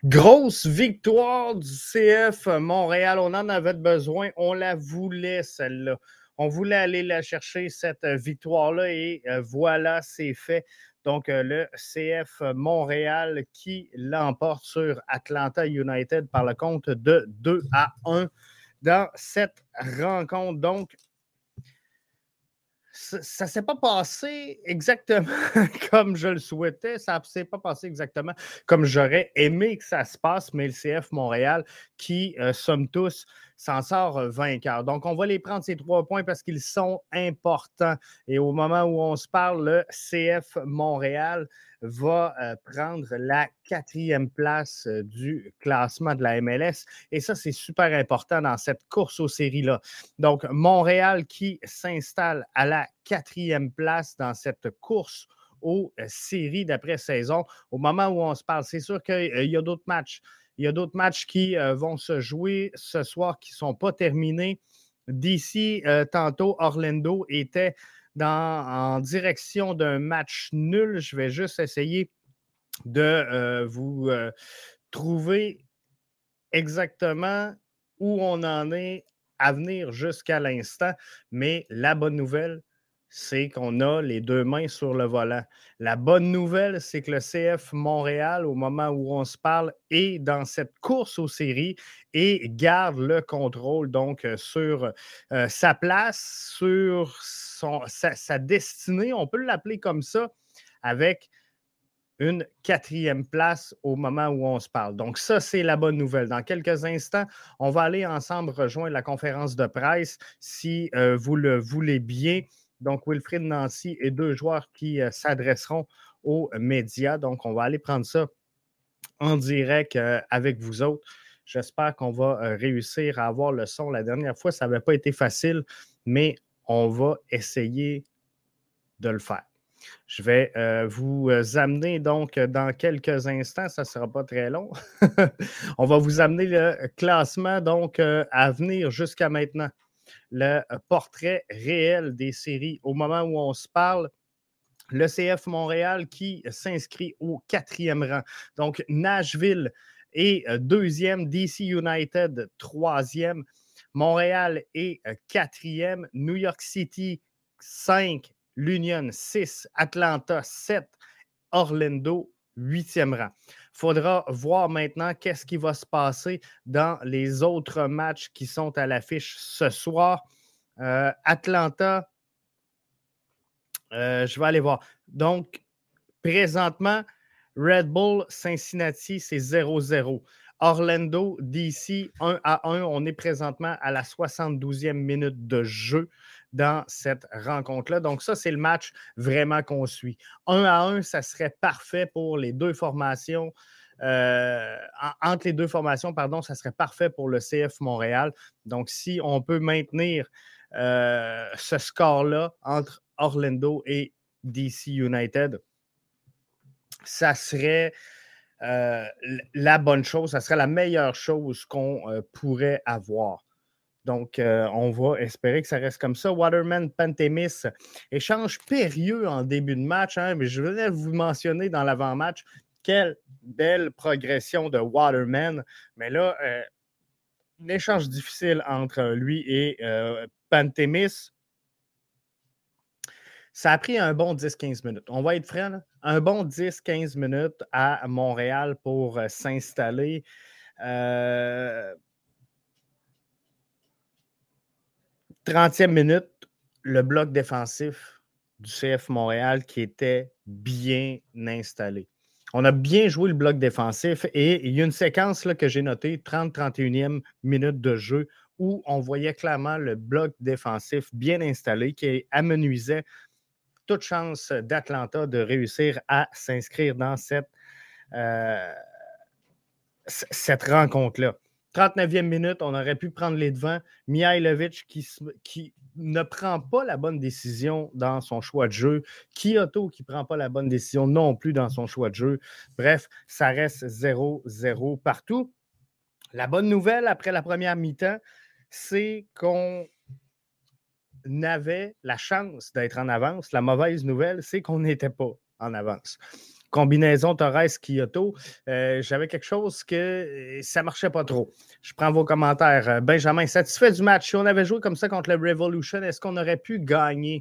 Grosse victoire du CF Montréal. On en avait besoin. On la voulait, celle-là. On voulait aller la chercher, cette victoire-là, et voilà, c'est fait. Donc, le CF Montréal qui l'emporte sur Atlanta United par le compte de 2-1 dans cette rencontre. Donc, ça ne s'est pas passé exactement comme je le souhaitais. Ça ne s'est pas passé exactement comme j'aurais aimé que ça se passe, mais le CF Montréal qui, somme tous, s'en sort vainqueur. Donc, on va les prendre ces 3 points parce qu'ils sont importants. Et au moment où on se parle, le CF Montréal va prendre la 4e place du classement de la MLS. Et ça, c'est super important dans cette course aux séries-là. Donc, Montréal qui s'installe à la 4e place dans cette course aux séries d'après-saison. Au moment où on se parle, c'est sûr qu'il y a d'autres matchs. Il y a d'autres matchs qui vont se jouer ce soir qui ne sont pas terminés. D'ici, tantôt, Orlando était en direction d'un match nul. Je vais juste essayer de vous trouver exactement où on en est à venir jusqu'à l'instant. Mais la bonne nouvelle, c'est qu'on a les 2 mains sur le volant. La bonne nouvelle, c'est que le CF Montréal, au moment où on se parle, est dans cette course aux séries et garde le contrôle donc sur sa place, sur sa destinée, on peut l'appeler comme ça, avec une 4e place au moment où on se parle. Donc, ça, c'est la bonne nouvelle. Dans quelques instants, on va aller ensemble rejoindre la conférence de presse si vous le voulez bien. Donc, Wilfried Nancy et 2 joueurs qui s'adresseront aux médias. Donc, on va aller prendre ça en direct avec vous autres. J'espère qu'on va réussir à avoir le son. La dernière fois, ça n'avait pas été facile, mais on va essayer de le faire. Je vais vous amener donc dans quelques instants, ça ne sera pas très long. On va vous amener le classement donc à venir jusqu'à maintenant. Le portrait réel des séries au moment où on se parle. Le CF Montréal qui s'inscrit au 4e rang. Donc, Nashville est 2e, DC United 3e, Montréal est 4e, New York City 5, l'Union 6, Atlanta 7, Orlando 8e rang. Il faudra voir maintenant qu'est-ce qui va se passer dans les autres matchs qui sont à l'affiche ce soir. Atlanta, je vais aller voir. Donc, présentement, Red Bull Cincinnati, c'est 0-0. Orlando, DC, 1-1. On est présentement à la 72e minute de jeu dans cette rencontre-là. Donc, ça, c'est le match vraiment qu'on suit. 1-1, ça serait parfait pour les deux formations. Entre les deux formations, pardon, ça serait parfait pour le CF Montréal. Donc, si on peut maintenir ce score-là entre Orlando et DC United, ça serait la bonne chose, ça serait la meilleure chose qu'on pourrait avoir. Donc, on va espérer que ça reste comme ça. Waterman Pantémis, échange périlleux en début de match, hein, mais je voulais vous mentionner dans l'avant-match quelle belle progression de Waterman. Mais là, un échange difficile entre lui et Pantémis. Ça a pris un bon 10-15 minutes. On va être franc, là. Un bon 10-15 minutes à Montréal pour s'installer. 30e minute, le bloc défensif du CF Montréal qui était bien installé. On a bien joué le bloc défensif et il y a une séquence là, que j'ai notée, 30-31e minute de jeu, où on voyait clairement le bloc défensif bien installé qui amenuisait toute chance d'Atlanta de réussir à s'inscrire dans cette rencontre-là. 39e minute, on aurait pu prendre les devants. Mihailovic qui ne prend pas la bonne décision dans son choix de jeu. Kyoto qui ne prend pas la bonne décision non plus dans son choix de jeu. Bref, ça reste 0-0 partout. La bonne nouvelle après la première mi-temps, c'est qu'on avait la chance d'être en avance. La mauvaise nouvelle, c'est qu'on n'était pas en avance. combinaison Torres-Kyoto, j'avais quelque chose que ça ne marchait pas trop. Je prends vos commentaires. Benjamin, satisfait du match. Si on avait joué comme ça contre le Revolution, est-ce qu'on aurait pu gagner?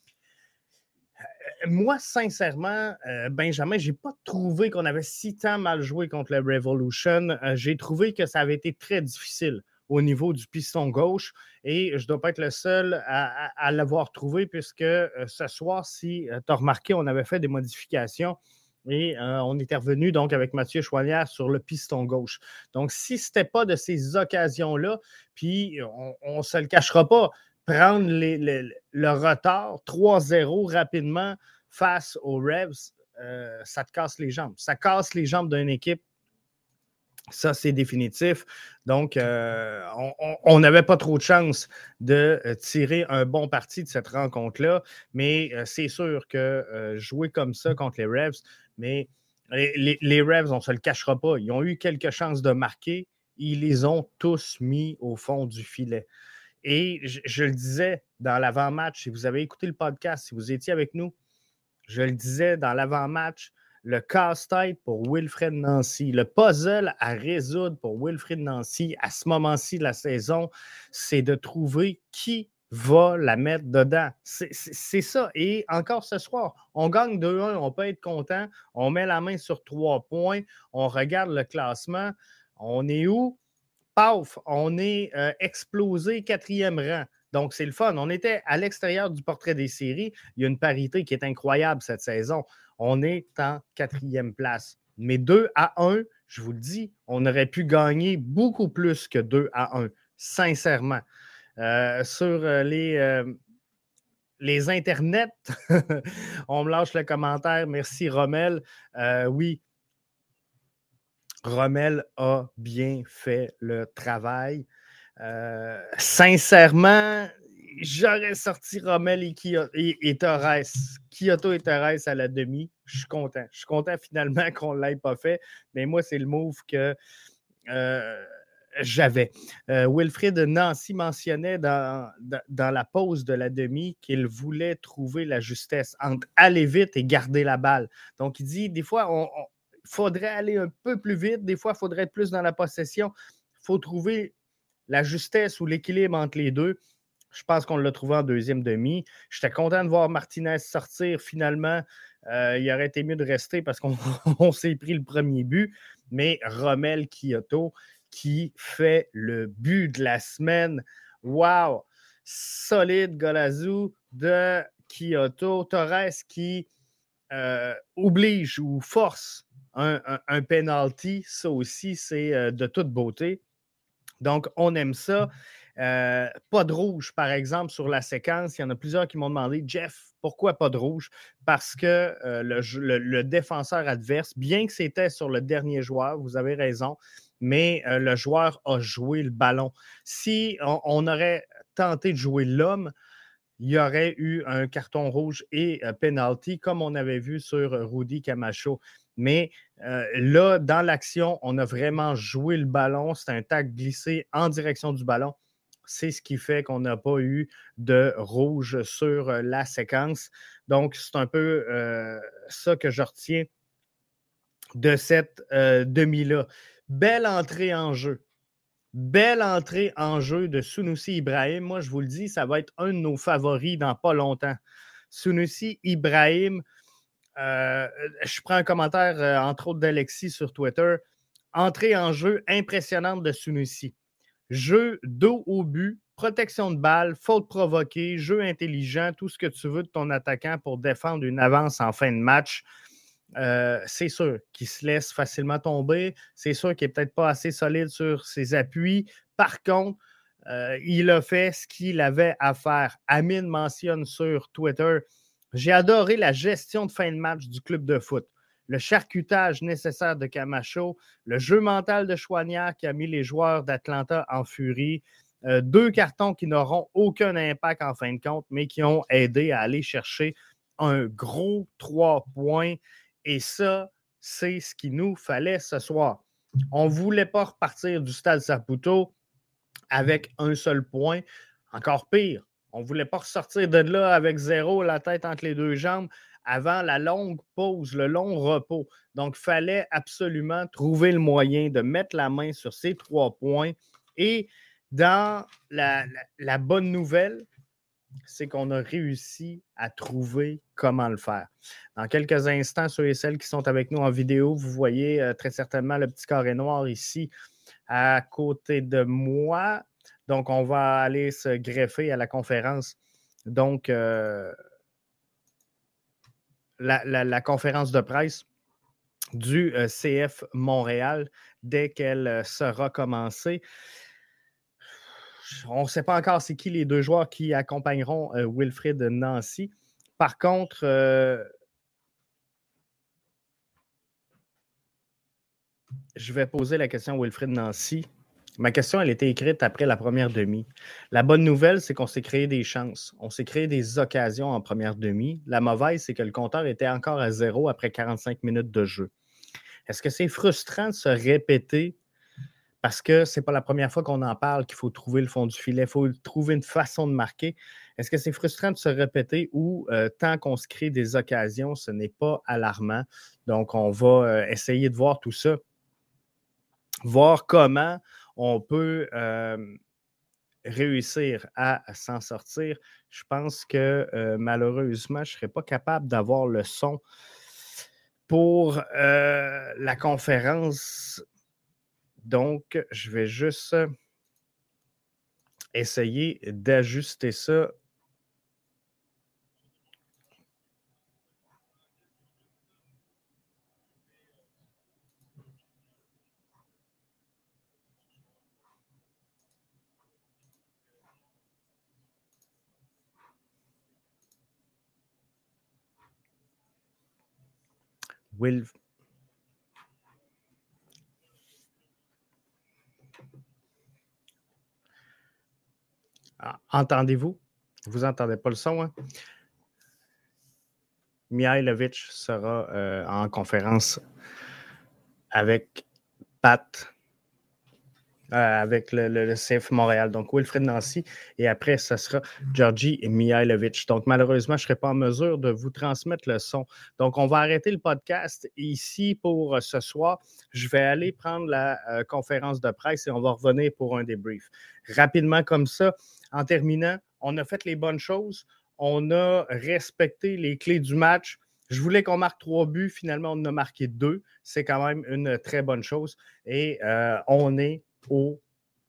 Moi, sincèrement, Benjamin, je n'ai pas trouvé qu'on avait si tant mal joué contre le Revolution. J'ai trouvé que ça avait été très difficile au niveau du piston gauche et je ne dois pas être le seul à l'avoir trouvé puisque ce soir, si tu as remarqué, on avait fait des modifications et on était revenu donc avec Mathieu Chouanière sur le piston gauche. Donc, si ce n'était pas de ces occasions-là, puis on ne se le cachera pas, prendre le retard 3-0 rapidement face aux Revs, ça te casse les jambes. Ça casse les jambes d'une équipe. Ça, c'est définitif. Donc, on n'avait pas trop de chance de tirer un bon parti de cette rencontre-là, mais c'est sûr que jouer comme ça contre les Revs, mais les Revs, on ne se le cachera pas, ils ont eu quelques chances de marquer, ils les ont tous mis au fond du filet. Et je le disais dans l'avant-match, si vous avez écouté le podcast, si vous étiez avec nous, je le disais dans l'avant-match, le casse-tête pour Wilfred Nancy, le puzzle à résoudre pour Wilfred Nancy à ce moment-ci de la saison, c'est de trouver qui va la mettre dedans. C'est ça. Et encore ce soir, on gagne 2-1, on peut être content, on met la main sur 3 points, on regarde le classement, on est où? Paf, on est explosé 4e rang. Donc, c'est le fun. On était à l'extérieur du portrait des séries. Il y a une parité qui est incroyable cette saison. On est en 4e place. Mais 2-1, je vous le dis, on aurait pu gagner beaucoup plus que 2-1, sincèrement. Sur les internets, on me lâche le commentaire. Merci, Rommel. Oui, Rommel a bien fait le travail. Sincèrement, j'aurais sorti Rommel et Torres. Kyoto et Torres à la demi. Je suis content. Je suis content finalement qu'on ne l'ait pas fait. Mais moi, c'est le move que j'avais. Wilfred Nancy mentionnait dans la pause de la demi qu'il voulait trouver la justesse entre aller vite et garder la balle. Donc, il dit, des fois, il faudrait aller un peu plus vite. Des fois, il faudrait être plus dans la possession. Il faut trouver la justesse ou l'équilibre entre les deux. Je pense qu'on l'a trouvé en deuxième demi. J'étais content de voir Martinez sortir finalement. Il aurait été mieux de rester parce qu'on s'est pris le premier but. Mais Rommel Kyoto qui fait le but de la semaine. Wow! Solide Golazou de Kyoto. Torres qui oblige ou force un penalty. Ça aussi, c'est de toute beauté. Donc, on aime ça. Pas de rouge, par exemple, sur la séquence. Il y en a plusieurs qui m'ont demandé, Jeff, pourquoi pas de rouge? Parce que le défenseur adverse, bien que c'était sur le dernier joueur, vous avez raison, mais le joueur a joué le ballon. Si on aurait tenté de jouer l'homme, il y aurait eu un carton rouge et penalty, comme on avait vu sur Rudy Camacho. Mais là, dans l'action, on a vraiment joué le ballon. C'est un tac glissé en direction du ballon. C'est ce qui fait qu'on n'a pas eu de rouge sur la séquence. Donc, c'est un peu ça que je retiens de cette demi-là. Belle entrée en jeu. Belle entrée en jeu de Sunusi Ibrahim. Moi, je vous le dis, ça va être un de nos favoris dans pas longtemps. Sunusi Ibrahim, je prends un commentaire, entre autres, d'Alexis sur Twitter. Entrée en jeu impressionnante de Sunusi. Jeu dos au but, protection de balle, faute provoquée, jeu intelligent, tout ce que tu veux de ton attaquant pour défendre une avance en fin de match. C'est sûr qu'il se laisse facilement tomber. C'est sûr qu'il n'est peut-être pas assez solide sur ses appuis. Par contre, il a fait ce qu'il avait à faire. Amine mentionne sur Twitter, j'ai adoré la gestion de fin de match du club de foot. Le charcutage nécessaire de Camacho, le jeu mental de Chouanière qui a mis les joueurs d'Atlanta en furie. 2 cartons qui n'auront aucun impact en fin de compte, mais qui ont aidé à aller chercher un gros 3 points. Et ça, c'est ce qu'il nous fallait ce soir. On ne voulait pas repartir du Stade Saputo avec un seul point. Encore pire, on ne voulait pas ressortir de là avec 0, la tête entre les 2 jambes, avant la longue pause, le long repos. Donc, il fallait absolument trouver le moyen de mettre la main sur ces 3 points. Et dans la bonne nouvelle, c'est qu'on a réussi à trouver comment le faire. Dans quelques instants, ceux et celles qui sont avec nous en vidéo, vous voyez très certainement le petit carré noir ici à côté de moi. Donc, on va aller se greffer à la conférence. Donc, la conférence de presse du CF Montréal dès qu'elle sera commencée. On ne sait pas encore c'est qui les 2 joueurs qui accompagneront Wilfried Nancy. Par contre, je vais poser la question à Wilfried Nancy. Ma question, elle était écrite après la première demi. La bonne nouvelle, c'est qu'on s'est créé des chances. On s'est créé des occasions en première demi. La mauvaise, c'est que le compteur était encore à 0 après 45 minutes de jeu. Est-ce que c'est frustrant de se répéter parce que ce n'est pas la première fois qu'on en parle qu'il faut trouver le fond du filet, il faut trouver une façon de marquer? Est-ce que c'est frustrant de se répéter ou tant qu'on se crée des occasions, ce n'est pas alarmant? Donc, on va essayer de voir tout ça, voir comment on peut réussir à s'en sortir. Je pense que malheureusement, je ne serais pas capable d'avoir le son pour la conférence. Donc, je vais juste essayer d'ajuster ça. Entendez-vous? Vous n'entendez pas le son, hein? Mihailovic sera en conférence avec Pat, avec le CF Montréal. Donc, Wilfried Nancy. Et après, ce sera Georgi Mihailovic. Donc, malheureusement, je ne serai pas en mesure de vous transmettre le son. Donc, on va arrêter le podcast ici pour ce soir. Je vais aller prendre la conférence de presse et on va revenir pour un débrief. Rapidement comme ça, en terminant, on a fait les bonnes choses. On a respecté les clés du match. Je voulais qu'on marque 3 buts. Finalement, on en a marqué 2. C'est quand même une très bonne chose. Et on est au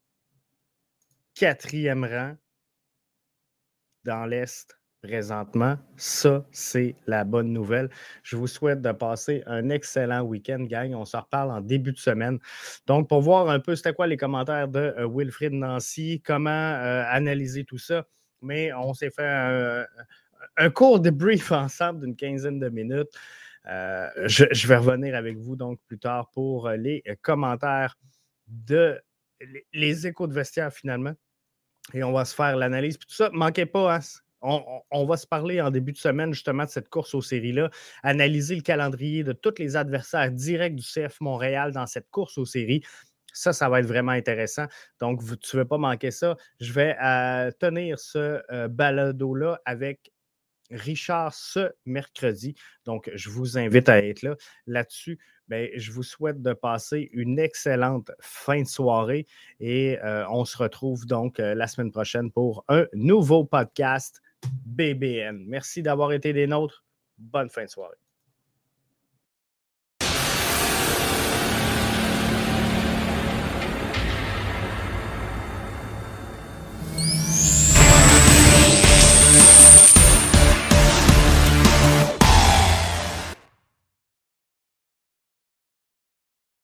4e rang dans l'Est présentement. Ça, c'est la bonne nouvelle. Je vous souhaite de passer un excellent week-end, gang. On se reparle en début de semaine. Donc, pour voir un peu c'était quoi les commentaires de Wilfried Nancy, comment analyser tout ça, mais on s'est fait un court débrief ensemble d'une 15aine de minutes. Je vais revenir avec vous donc plus tard pour les commentaires de les échos de vestiaire finalement. Et on va se faire l'analyse. Puis tout ça, manquez pas, hein? On va se parler en début de semaine justement de cette course aux séries-là, analyser le calendrier de tous les adversaires directs du CF Montréal dans cette course aux séries. Ça va être vraiment intéressant. Donc, tu ne veux pas manquer ça. Je vais tenir ce balado-là avec Richard ce mercredi. Donc, je vous invite à être là. Là-dessus, bien, je vous souhaite de passer une excellente fin de soirée et on se retrouve donc la semaine prochaine pour un nouveau podcast BBN. Merci d'avoir été des nôtres. Bonne fin de soirée.